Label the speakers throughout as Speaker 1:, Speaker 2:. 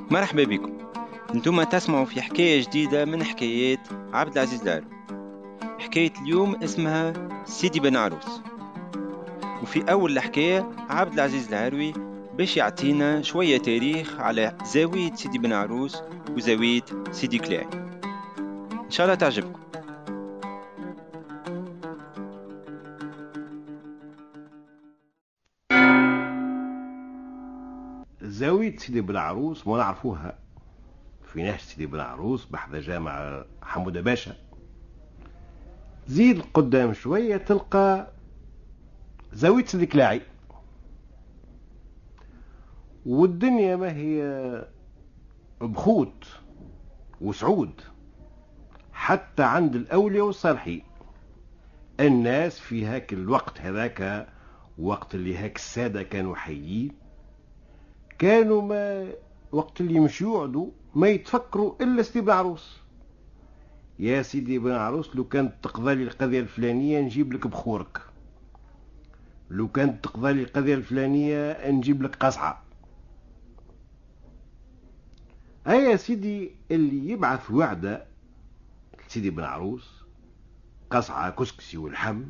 Speaker 1: مرحبا بكم. انتم تسمعوا في حكاية جديدة من حكايات عبد العزيز العلوي. حكاية اليوم اسمها سيدي بن عروس. وفي أول الحكاية عبد العزيز العلوي باش يعطينا شوية تاريخ على زاوية سيدي بن عروس وزاوية سيدي كلاعي. إن شاء الله تعجبكم.
Speaker 2: زاوية سيدي بن-عروس ما نعرفوها في نهج سيدي بن-عروس بحذا جامع حمودة باشا. زيد قدام شوية تلقى زاوية سيدي كلاعي، والدنيا ما هي بخوت وسعود حتى عند الأولياء والصالحين. الناس في هاك الوقت هذاك، وقت اللي هاك السادة كانوا حيين، كانوا ما وقت اللي مش يقعدوا ما يتفكروا إلا سيدي بن-عروس. يا سيدي بن عروس، لو كانت تقضى لي القضية الفلانية نجيب لك بخورك، لو كانت تقضى لي القضية الفلانية نجيب لك قصعة. يا سيدي اللي يبعث وعدة سيدي بن عروس، قصعة كسكسي والحم،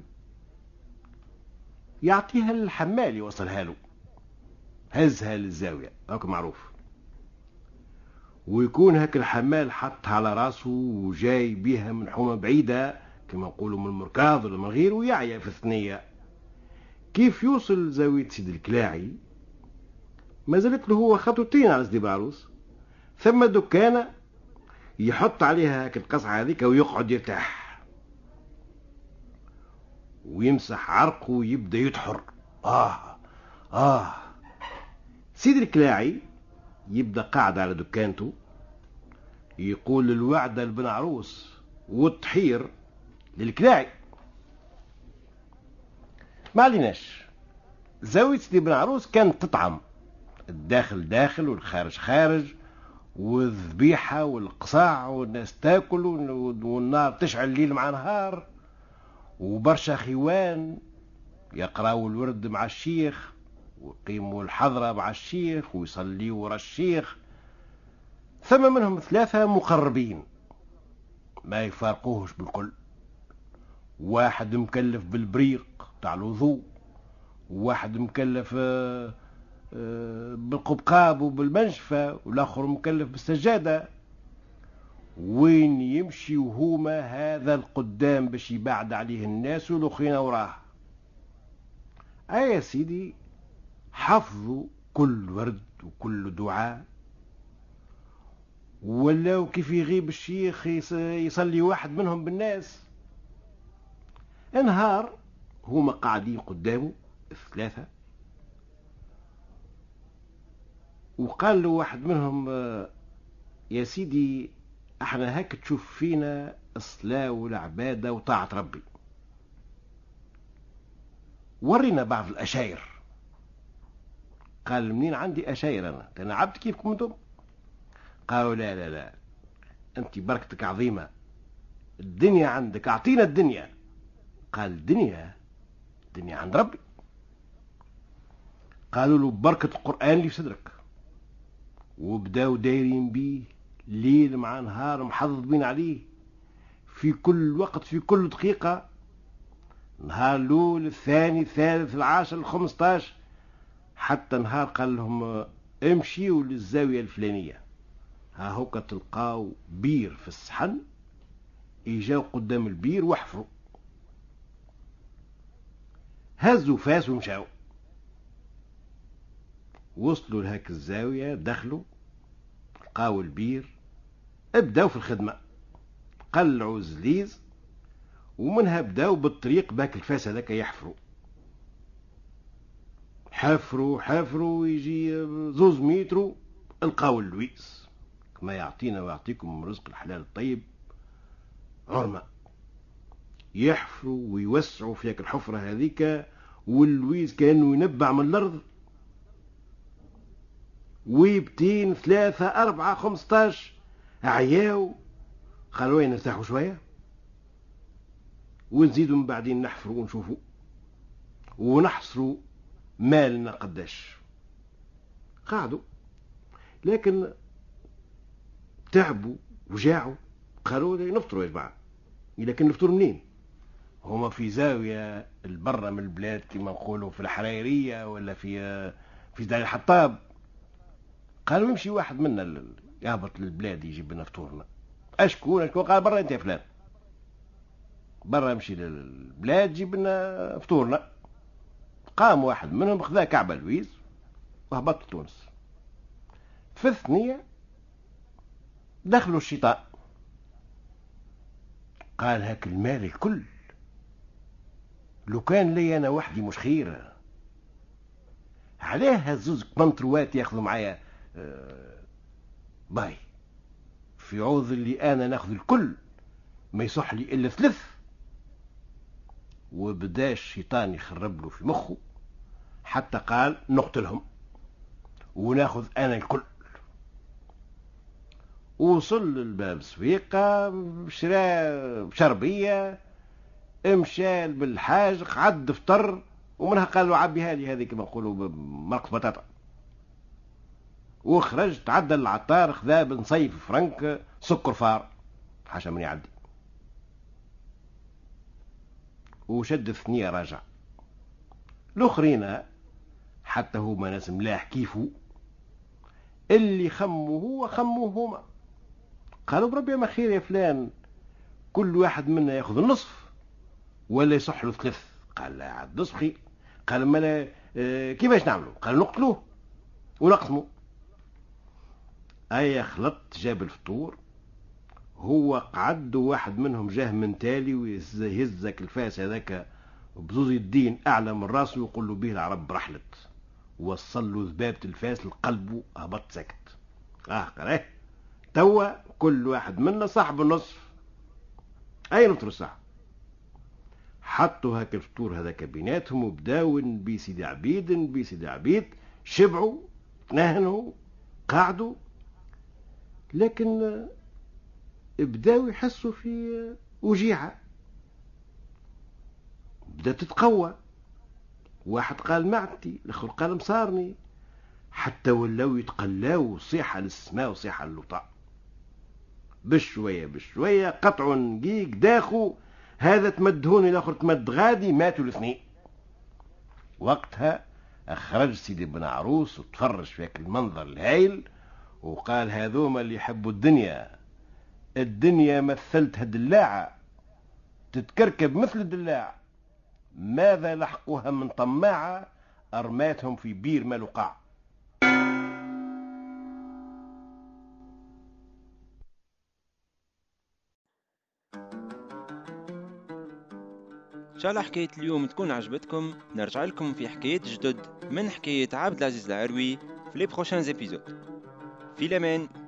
Speaker 2: يعطيها للحمال يوصلها له، هزها للزاوية هاك معروف. ويكون هاك الحمال حطها على راسه وجاي بيها من حومة بعيدة كما نقولوا من المركاض ولا من غيره، ويعيا في الثنية. كيف يوصل زاوية سيدي الكلاعي ما زالت له هو خطوتين على سيدي بعروس، ثم دكانة يحط عليها هاك القصعة هذيك ويقعد يرتاح ويمسح عرقه ويبدا يتحر. آه آه سيدي الكلاعي يبدا قاعد على دكانته، يقول الوعدة لبن عروس والتحير للكلاعي. ما عليناش، زاوية سيدي بن عروس كانت تطعم، الداخل داخل والخارج خارج، والذبيحة والقصاع والناس تاكل والنار تشعل ليل مع نهار، وبرشا خوان يقراوا الورد مع الشيخ ويقيموا الحضرة مع الشيخ ويصليوا ورا الشيخ. ثم منهم ثلاثة مقربين ما يفارقوهش بالكل، واحد مكلف بالبريق تاع الوضوء، وواحد مكلف بالقبقاب وبالمنشفة، والاخر مكلف بالسجادة. وين يمشي وهما هذا القدام باش يبعد عليه الناس والاخرين وراه. يا سيدي حفظوا كل ورد وكل دعاء، ولاو كيف يغيب الشيخ يصلي واحد منهم بالناس. نهار هما قاعدين قدامه الثلاثة، وقال له واحد منهم يا سيدي احنا هاك تشوف فينا الصلاة والعبادة وطاعة ربي، ورينا بعض الأشاير. قال منين عندي أشاير، أنا عبد كيفكم انتم. قالوا لا لا لا، أنت بركتك عظيمة، الدنيا عندك، أعطينا الدنيا. قال الدنيا عند ربي. قالوا له بركة القرآن اللي في صدرك. وبداو دايرين بيه ليل مع نهار، محضبين عليه في كل وقت في كل دقيقة، نهار الأول الثاني الثالث العاشر الخمسطاش، حتى نهار قال لهم امشيوا للزاوية الفلانية، ها هوك تلقاو بير في الصحن، يجاو قدام البير وحفروا، هزوا فاس ومشاو. وصلوا لهاك الزاوية، دخلوا لقاو البير، ابداو في الخدمة، قلعوا الزليز ومنها بداو بالطريق باك الفاس هذاك يحفروا. حفروا يجي 2 متر لقاو اللويس، كما يعطينا ويعطيكم من رزق الحلال الطيب عرمة. يحفروا ويوسعوا في هاك الحفرة هذيك، واللويس كانوا ينبع من الأرض، ويبتين 3 4 15 عياو. قالوا وين نرتاحوا شوية ونزيدوا من بعدين نحفروا ونشوفوا ونحصروا مالنا قداش. قعدوا، لكن تعبوا وجاعوا، قالوا لي نفطروا يا جماعة. لكن نفطروا منين؟ هما في زاوية البرة من البلاد كما نقولوا في الحريرية ولا في دار الحطاب. قالوا يمشي واحد منا يهبط للبلاد يجيب لنا فطورنا. اشكون قال برا انت يا فلان، برا يمشي للبلاد جيب لنا فطورنا. قام واحد منهم خذا كعب لويز وهبط لتونس. في الثنية دخلوا الشيطان، قال هاك المال الكل لو كان لي انا وحدي مش خير، علاه هالزوز كمنتروات ياخذوا معايا باي في عوض اللي انا ناخذ الكل ما يصح لي الا ثلاث. وبدا الشيطان يخرب له في مخه حتى قال نقتلهم وناخذ انا الكل. وصل للباب سويقة، شرا شربية، مشى بالحاج، قعد فطر، ومنها قال له عبي هذه كما نقولوا مرقة بطاطا. وخرج تعدى العطار خذا بنصيف فرنك سكر فار حاشا من يعدي، وشد الثنية راجع. الاخرين حتى هما ناس ملاح كيفو، اللي خموا هو خموا هما، قالوا بربي ما خير يا فلان، كل واحد منا ياخذ النصف ولا يصح له ثلاث. قال لا عاد نصف خير. قال ما كيفاش نعملوا؟ قال نقتلوه ونقسموا. اي خلط جاب الفطور، هو قعد واحد منهم جاه من تالي ويهزك الفاس هذاك بزوز الدين اعلى من راسه ويقول له به العرب رحلت، وصل له ذبابة الفاس لقلبه، هبط سكت. قال توا كل واحد منا صاحب النصف. اي نفطر الساعة. حطوا هاك الفطور هذاك بيناتهم وبداو بسيدي عبيد شبعوا نهنوا قعدوا، لكن بداو يحسوا في وجيعة بدأت تتقوى. واحد قال معدتي، الاخر قال مصارني، حتى ولاو يتقلاو صيحة للسماء وصيحة للوطاء. بشوية قطعوا نقيق داخو، هذا تمدهون الاخر تمد غادي، ماتوا الاثنين. وقتها اخرج سيدي بن عروس وتفرج في هيك المنظر الهايل وقال هذوما اللي يحبوا الدنيا مثلتها دلاعة تتكركب مثل الدلاع، ماذا لحقوها من طماعة أرماتهم في بير ملقاع.
Speaker 1: إن شاء الله حكاية اليوم تكون عجبتكم. نرجع لكم في حكايات جدد من حكاية عبد العزيز العروي في لي بروشان زيبيزود. في الأمان.